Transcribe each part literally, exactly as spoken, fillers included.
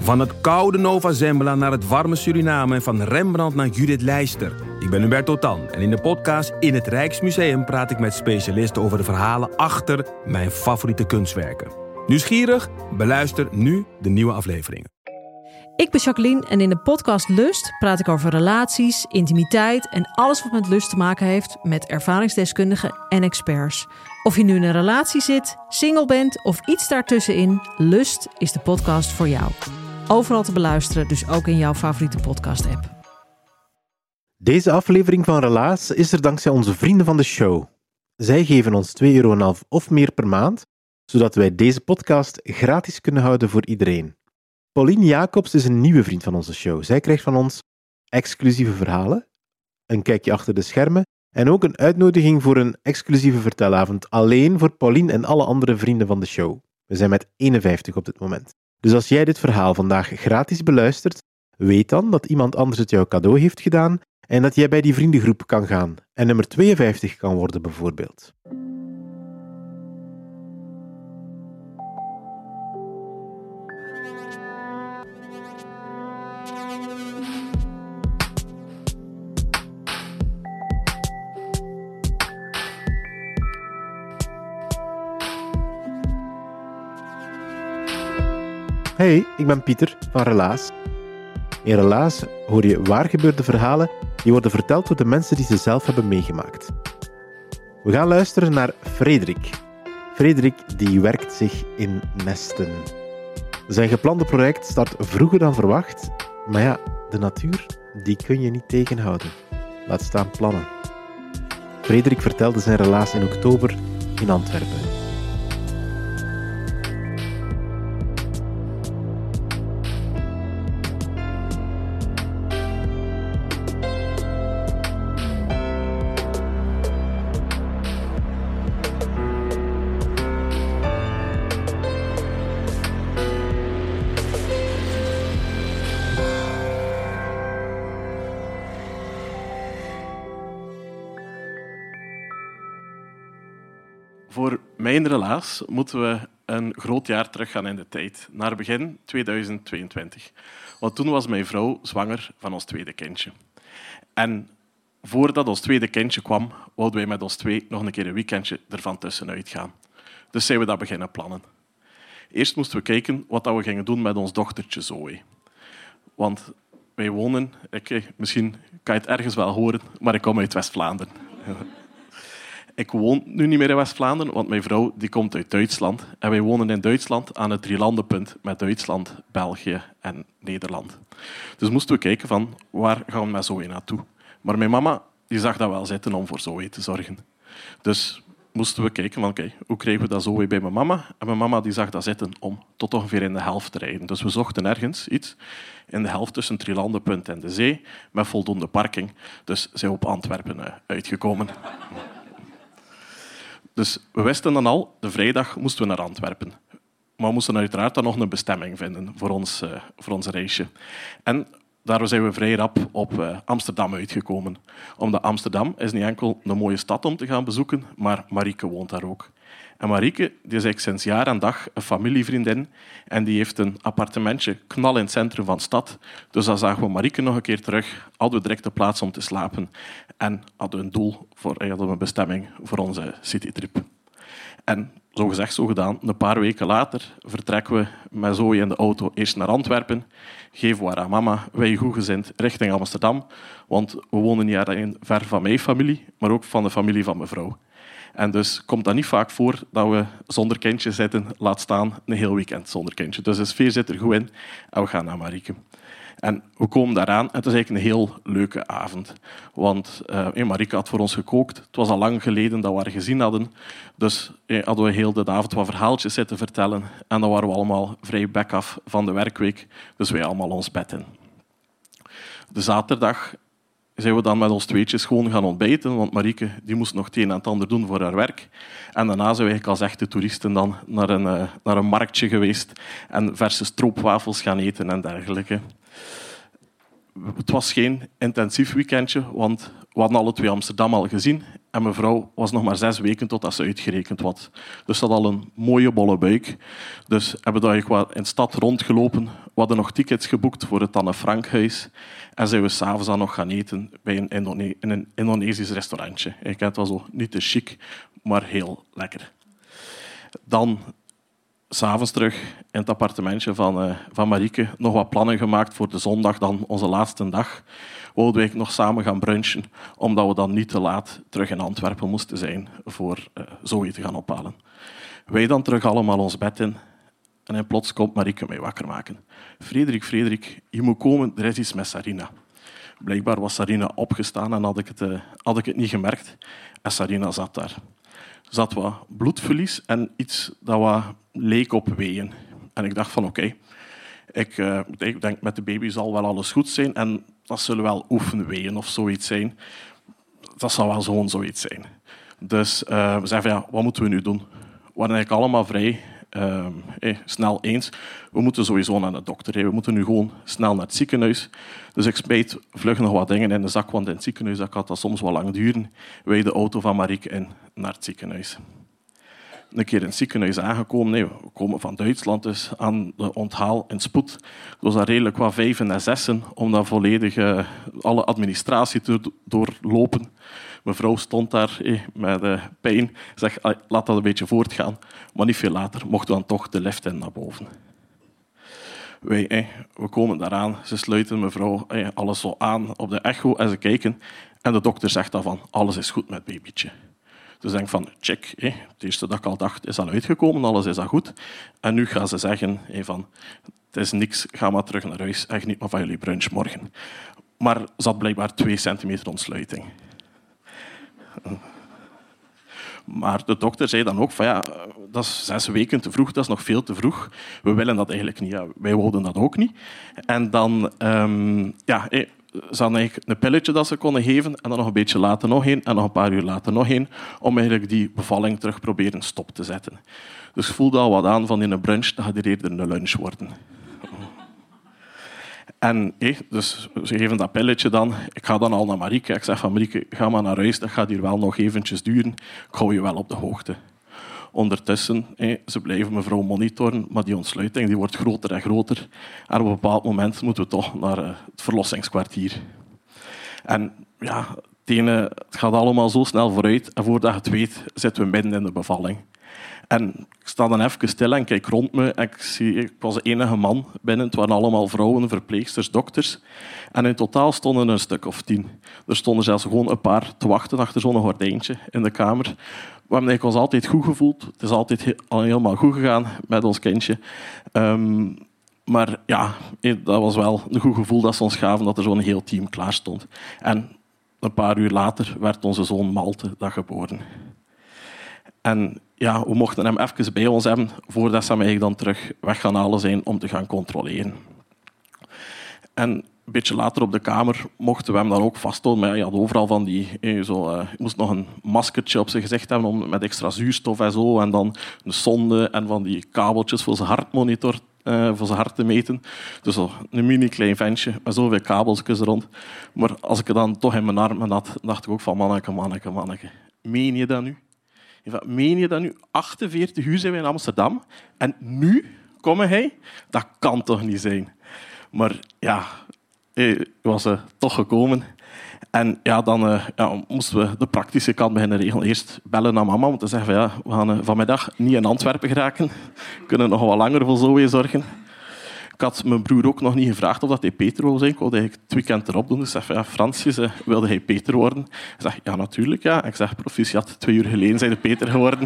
Van het koude Nova Zembla naar het warme Suriname en van Rembrandt naar Judith Leister. Ik ben Hubert Totan en in de podcast In het Rijksmuseum praat ik met specialisten over de verhalen achter mijn favoriete kunstwerken. Nieuwsgierig? Beluister nu de nieuwe afleveringen. Ik ben Jacqueline en in de podcast Lust praat ik over relaties, intimiteit en alles wat met lust te maken heeft met ervaringsdeskundigen en experts. Of je nu in een relatie zit, single bent of iets daartussenin, Lust is de podcast voor jou. Overal te beluisteren, dus ook in jouw favoriete podcast-app. Deze aflevering van Relaas is er dankzij onze vrienden van de show. Zij geven ons twee euro en een half of meer per maand, zodat wij deze podcast gratis kunnen houden voor iedereen. Pauline Jacobs is een nieuwe vriend van onze show. Zij krijgt van ons exclusieve verhalen, een kijkje achter de schermen en ook een uitnodiging voor een exclusieve vertelavond alleen voor Pauline en alle andere vrienden van de show. We zijn met eenenvijftig op dit moment. Dus als jij dit verhaal vandaag gratis beluistert, weet dan dat iemand anders het jou cadeau heeft gedaan en dat jij bij die vriendengroep kan gaan en nummer tweeënvijftig kan worden bijvoorbeeld. Hey, ik ben Pieter van Relaas. In Relaas hoor je waargebeurde verhalen die worden verteld door de mensen die ze zelf hebben meegemaakt. We gaan luisteren naar Frederik. Frederik die werkt zich in nesten. Zijn geplande project start vroeger dan verwacht, maar ja, de natuur die kun je niet tegenhouden. Laat staan plannen. Frederik vertelde zijn relaas in oktober in Antwerpen. Voor mijn relaas moeten we een groot jaar teruggaan in de tijd, naar begin tweeduizend tweeëntwintig. Want toen was mijn vrouw zwanger van ons tweede kindje. En voordat ons tweede kindje kwam, wilden wij met ons twee nog een keer een weekendje ervan tussenuit gaan. Dus zijn we dat beginnen plannen. Eerst moesten we kijken wat we gingen doen met ons dochtertje Zoe. Want wij wonen, ik, misschien kan je het ergens wel horen, maar ik kom uit West-Vlaanderen. Ik woon nu niet meer in West-Vlaanderen, want mijn vrouw die komt uit Duitsland. En wij wonen in Duitsland aan het drielandenpunt met Duitsland, België en Nederland. Dus moesten we kijken van waar gaan we met Zoe naartoe. Maar mijn mama die zag dat wel zitten om voor Zoe te zorgen. Dus moesten we kijken van oké, hoe krijgen we dat Zoe bij mijn mama? En mijn mama die zag dat zitten om tot ongeveer in de helft te rijden. Dus we zochten ergens iets in de helft tussen het drielandenpunt en de zee met voldoende parking. Dus zijn we op Antwerpen uitgekomen. Dus we wisten dan al, de vrijdag moesten we naar Antwerpen. Maar we moesten uiteraard dan nog een bestemming vinden voor ons, uh, voor ons reisje. En daar zijn we vrij rap op uh, Amsterdam uitgekomen. Omdat Amsterdam is niet enkel een mooie stad om te gaan bezoeken, maar Marieke woont daar ook. En Marieke die is eigenlijk sinds jaar en dag een familievriendin en die heeft een appartementje knal in het centrum van de stad. Dus dan zagen we Marieke nog een keer terug, hadden we direct de plaats om te slapen en hadden we een doel, voor, hadden we een bestemming voor onze citytrip. En zo gezegd, zo gedaan, een paar weken later vertrekken we met Zoe in de auto eerst naar Antwerpen, geven we haar aan mama, wij goedgezind richting Amsterdam, want we wonen niet alleen ver van mijn familie, maar ook van de familie van mijn vrouw. En dus komt dat niet vaak voor dat we zonder kindje zitten, laat staan een heel weekend zonder kindje. Dus de sfeer zit er goed in en we gaan naar Marieke. En we komen daaraan en het is eigenlijk een heel leuke avond. Want uh, Marieke had voor ons gekookt. Het was al lang geleden dat we haar gezien hadden. Dus eh, hadden we heel de avond wat verhaaltjes zitten vertellen. En dan waren we allemaal vrij bek af van de werkweek. Dus wij allemaal ons bed in. De zaterdag zijn we dan met ons tweetjes gewoon gaan ontbijten, want Marieke die moest nog het een en het ander doen voor haar werk. En daarna zijn we als echte toeristen dan naar een, uh, naar een marktje geweest en verse stroopwafels gaan eten en dergelijke. Het was geen intensief weekendje, want we hadden alle twee Amsterdam al gezien En mijn vrouw was nog maar zes weken totdat ze uitgerekend was. Dus ze had al een mooie bolle buik. Dus hebben we eigenlijk in de stad rondgelopen. We hadden nog tickets geboekt voor het Anne Frankhuis. En zijn we s'avonds dan nog gaan eten bij een, Indone- in een Indonesisch restaurantje. Ik ken het wel zo, niet te chic, maar heel lekker. Dan... S'avonds terug in het appartementje van, uh, van Marieke nog wat plannen gemaakt voor de zondag, dan onze laatste dag. Wilden we nog samen gaan brunchen, omdat we dan niet te laat terug in Antwerpen moesten zijn voor uh, Zoe te gaan ophalen. Wij dan terug allemaal ons bed in en in plots komt Marieke mij wakker maken. Frederik, Frederik, je moet komen, er is iets met Sarina. Blijkbaar was Sarina opgestaan en had ik het, uh, had ik het niet gemerkt. En Sarina zat daar. Er zat wat bloedverlies en iets dat wat leek op weeën. En ik dacht van oké, okay, ik, uh, ik denk met de baby zal wel alles goed zijn en dat zullen wel oefenweeën of zoiets zijn. Dat zal wel gewoon zoiets zijn. Dus uh, we zeiden van ja, wat moeten we nu doen? We waren eigenlijk allemaal vrij uh, hey, snel eens. We moeten sowieso naar de dokter. Hey. We moeten nu gewoon snel naar het ziekenhuis. Dus ik smijt vlug nog wat dingen in de zak, want in het ziekenhuis dat kan dat soms wel lang duren. Wij de auto van Marieke in naar het ziekenhuis. Een keer in het ziekenhuis aangekomen. Nee, we komen van Duitsland, dus aan de onthaal in spoed. Het was daar redelijk wat vijven en zessen om dat volledig uh, alle administratie te doorlopen. Mijn vrouw stond daar eh, met uh, pijn. Zeg, laat dat een beetje voortgaan. Maar niet veel later mochten we dan toch de lift in naar boven. Wij, eh, we komen daaraan. Ze sluiten mevrouw eh, alles zo aan op de echo en ze kijken. En de dokter zegt dan van, alles is goed met het babytje. Dus ik denk van, check, hé, het eerste dat ik al dacht is al uitgekomen, alles is al goed. En nu gaan ze zeggen hé, van, het is niks, ga maar terug naar huis en geniet maar van jullie brunch morgen. Maar er zat blijkbaar twee centimeter ontsluiting. Maar de dokter zei dan ook van, ja, dat is zes weken te vroeg, dat is nog veel te vroeg. We willen dat eigenlijk niet, ja, wij wouden dat ook niet. En dan, um, ja... Hé, ze hadden eigenlijk een pilletje dat ze konden geven en dan nog een beetje later nog één en nog een paar uur later nog één om eigenlijk die bevalling terug proberen stop te zetten. Dus ik voelde al wat aan van in een brunch, dat gaat er eerder een lunch worden. En hey, dus ze geven dat pilletje dan. Ik ga dan al naar Marieke. Ik zeg van Marieke, ga maar naar huis, dat gaat hier wel nog eventjes duren. Ik hou je wel op de hoogte. Ondertussen, hé, ze blijven mevrouw monitoren, maar die ontsluiting die wordt groter en groter. En op een bepaald moment moeten we toch naar uh, het verlossingskwartier. En ja, het, ene, het gaat allemaal zo snel vooruit. En voordat je het weet, zitten we midden in de bevalling. En ik sta dan even stil en kijk rond me. En ik, zie, ik was de enige man binnen. Het waren allemaal vrouwen, verpleegsters, dokters. En in totaal stonden er een stuk of tien. Er stonden zelfs gewoon een paar te wachten achter zo'n gordijntje in de kamer. We hebben ons altijd goed gevoeld. Het is altijd al helemaal goed gegaan met ons kindje. Um, maar ja, dat was wel een goed gevoel dat ze ons gaven dat er zo'n heel team klaar stond. En een paar uur later werd onze zoon Malte dat geboren. En ja, we mochten hem even bij ons hebben voordat ze hem eigenlijk dan terug weg gaan halen zijn om te gaan controleren. En een beetje later op de kamer mochten we hem dan ook vasthouden. Maar ja, je had overal van die... Zo, uh, je moest nog een maskertje op zijn gezicht hebben om, met extra zuurstof en zo. En dan een sonde en van die kabeltjes voor zijn hartmonitor, uh, voor zijn hart te meten. Dus zo een mini-klein ventje met zoveel kabeltjes rond. Maar als ik het dan toch in mijn armen had, dacht ik ook van manneke, manneke, manneke. Meen je dat nu? Meen je dat nu? achtenveertig uur zijn we in Amsterdam en nu komen hij? Dat kan toch niet zijn? Maar ja... Ik was uh, toch gekomen. En ja, dan uh, ja, moesten we de praktische kant beginnen regelen. Eerst bellen naar mama om te zeggen van, ja, we gaan uh, vanmiddag niet in Antwerpen geraken. We kunnen nog wat langer voor Zoe zorgen. Ik had mijn broer ook nog niet gevraagd of dat hij Peter wou zijn. Ik wilde eigenlijk het weekend erop doen. Dus ik zeg van, ja, Fransjes, uh, wilde hij Peter worden? Ik zeg, ja, natuurlijk. Ja. Ik zeg, proficiat, twee uur geleden zijn de Peter geworden.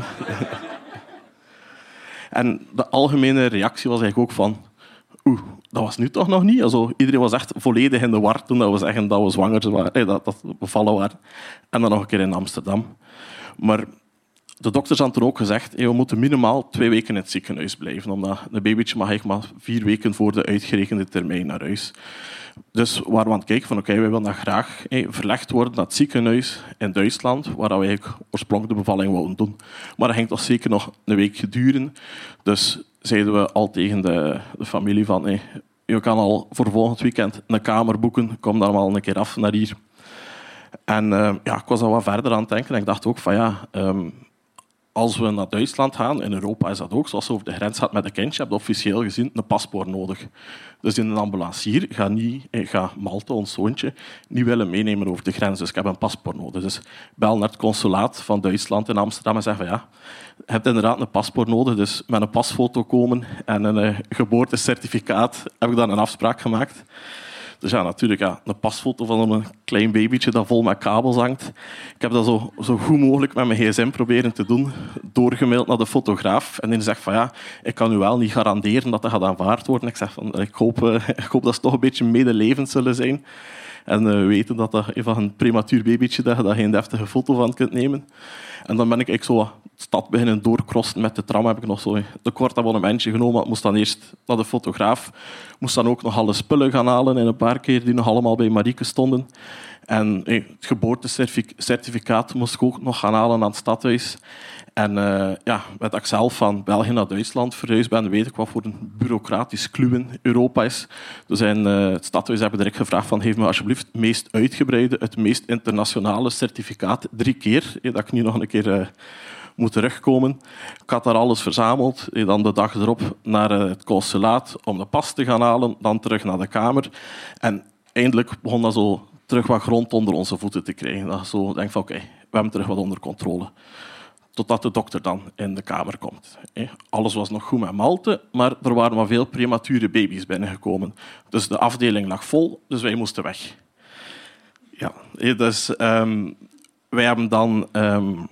En de algemene reactie was eigenlijk ook van... Oeh, dat was nu toch nog niet. Also, iedereen was echt volledig in de war toen dat we zeggen dat we zwanger waren, eh, dat, dat we bevallen waren. En dan nog een keer in Amsterdam. Maar de dokters hadden toen ook gezegd, hey, we moeten minimaal twee weken in het ziekenhuis blijven. Omdat een babytje mag eigenlijk maar vier weken voor de uitgerekende termijn naar huis. Dus we waren aan het kijken van oké, okay, wij willen dat graag hey, verlegd worden naar het ziekenhuis in Duitsland, waar we eigenlijk oorspronkelijk de bevalling wilden doen. Maar dat ging toch zeker nog een week duren. Dus zeiden we al tegen de, de familie van hey, je kan al voor volgend weekend een kamer boeken, kom dan maar een keer af naar hier. En uh, ja, ik was al wat verder aan het denken en ik dacht ook van ja... Um, Als we naar Duitsland gaan, in Europa is dat ook, zoals je over de grens gaat met een kindje, heb je officieel gezien een paspoort nodig. Dus in een ambulancier gaat, niet, gaat Malte, ons zoontje, niet willen meenemen over de grens. Dus ik heb een paspoort nodig. Dus bel naar het consulaat van Duitsland in Amsterdam en zeg van ja, je hebt inderdaad een paspoort nodig, dus met een pasfoto komen en een uh, geboortecertificaat heb ik dan een afspraak gemaakt. Dus ja, natuurlijk ja, een pasfoto van een klein babytje dat vol met kabels hangt. Ik heb dat zo, zo goed mogelijk met mijn gsm proberen te doen, doorgemaild naar de fotograaf. En die zegt van ja, ik kan u wel niet garanderen dat dat gaat aanvaard worden. Ik zeg van, ik hoop, uh, ik hoop dat ze toch een beetje medelevend zullen zijn. En uh, weten dat dat van een prematuur babytje dat je daar geen deftige foto van kunt nemen. En dan ben ik, ik zo wat de stad beginnen doorcrossen met de tram. Heb ik nog zo een kort abonnementje genomen. Ik moest dan eerst naar de fotograaf. Moest dan ook nog alle spullen gaan halen en een paar keer die nog allemaal bij Marieke stonden. En hey, het geboortecertificaat moest ik ook nog gaan halen aan het stadhuis. En uh, ja, met ik zelf van België naar Duitsland verhuisd ben, weet ik wat voor een bureaucratisch kluwen Europa is. Dus in uh, het stadhuis hebben direct gevraagd van geef me alsjeblieft het meest uitgebreide, het meest internationale certificaat drie keer, eh, dat ik nu nog een keer uh, moet terugkomen. Ik had daar alles verzameld, eh, dan de dag erop naar uh, het consulaat om de pas te gaan halen, dan terug naar de kamer. En eindelijk begon dat zo terug wat grond onder onze voeten te krijgen. Dat je zo denkt van oké, okay, we hebben terug wat onder controle. Totdat de dokter dan in de kamer komt. Alles was nog goed met Malte, maar er waren maar veel premature baby's binnengekomen. Dus de afdeling lag vol, dus wij moesten weg. Ja, dus um, wij hebben dan... Um,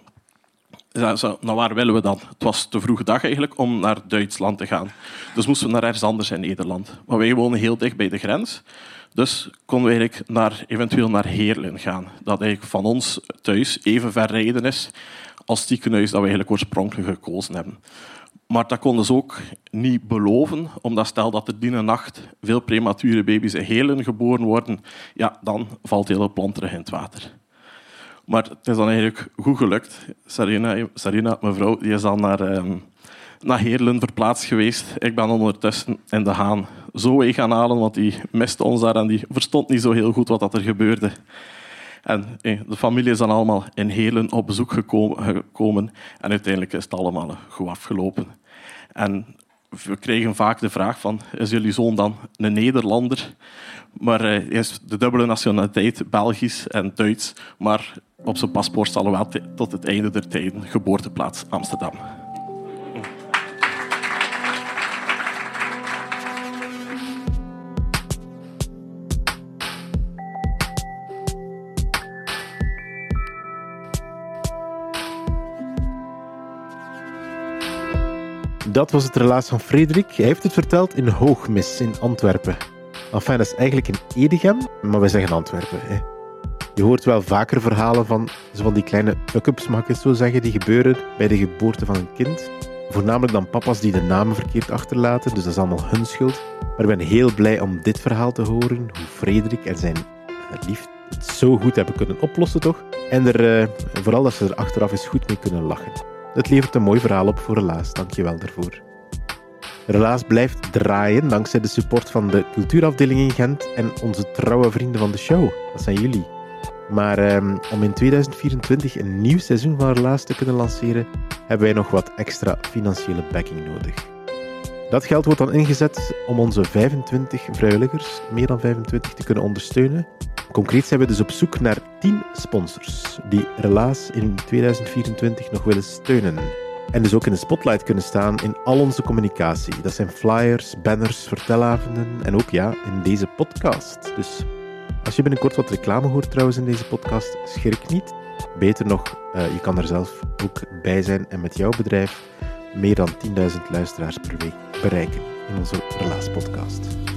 nou, waar willen we dan? Het was te vroege dag eigenlijk om naar Duitsland te gaan. Dus moesten we naar ergens anders in Nederland. Maar wij wonen heel dicht bij de grens. Dus konden we eigenlijk naar, eventueel naar Heerlen gaan. Dat eigenlijk van ons thuis even ver rijden is als het ziekenhuis dat we eigenlijk oorspronkelijk gekozen hebben. Maar dat konden ze ook niet beloven, omdat stel dat er die nacht veel premature baby's in Heerlen geboren worden, ja, dan valt heel het plan terug in het water. Maar het is dan eigenlijk goed gelukt. Sarina, Sarina mijn vrouw, die is dan naar, um, naar Heerlen verplaatst geweest. Ik ben ondertussen in De Haan Zoe gaan halen, want die miste ons daar en die verstond niet zo heel goed wat er gebeurde. En eh, de familie is dan allemaal in Heerlen op bezoek gekomen, gekomen en uiteindelijk is het allemaal goed afgelopen. En we kregen vaak de vraag van, is jullie zoon dan een Nederlander? Maar hij uh, is de dubbele nationaliteit, Belgisch en Duits, maar op zijn paspoort zal hij wel t- tot het einde der tijden geboorteplaats Amsterdam. Dat was het relaas van Frederik. Hij heeft het verteld in Hoogmis in Antwerpen. Enfin, dat is eigenlijk in Edegem, maar wij zeggen Antwerpen. Hè. Je hoort wel vaker verhalen van, zo van die kleine fuck-ups, mag ik het zo zeggen, die gebeuren bij de geboorte van een kind. Voornamelijk dan papa's die de namen verkeerd achterlaten, dus dat is allemaal hun schuld. Maar ik ben heel blij om dit verhaal te horen, hoe Frederik en zijn lief het zo goed hebben kunnen oplossen, toch? En er, uh, vooral dat ze er achteraf eens goed mee kunnen lachen. Het levert een mooi verhaal op voor Relaas, dank je wel daarvoor. Relaas blijft draaien dankzij de support van de cultuurafdeling in Gent en onze trouwe vrienden van de show. Dat zijn jullie. Maar um, om in tweeduizend vierentwintig een nieuw seizoen van Relaas te kunnen lanceren, hebben wij nog wat extra financiële backing nodig. Dat geld wordt dan ingezet om onze vijfentwintig vrijwilligers, meer dan vijfentwintig, te kunnen ondersteunen. Concreet zijn we dus op zoek naar tien sponsors die Relaas in tweeduizend vierentwintig nog willen steunen. En dus ook in de spotlight kunnen staan in al onze communicatie. Dat zijn flyers, banners, vertelavonden en ook ja, in deze podcast. Dus als je binnenkort wat reclame hoort trouwens in deze podcast, schrik niet. Beter nog, uh, je kan er zelf ook bij zijn en met jouw bedrijf meer dan tienduizend luisteraars per week bereiken in onze Relaas podcast.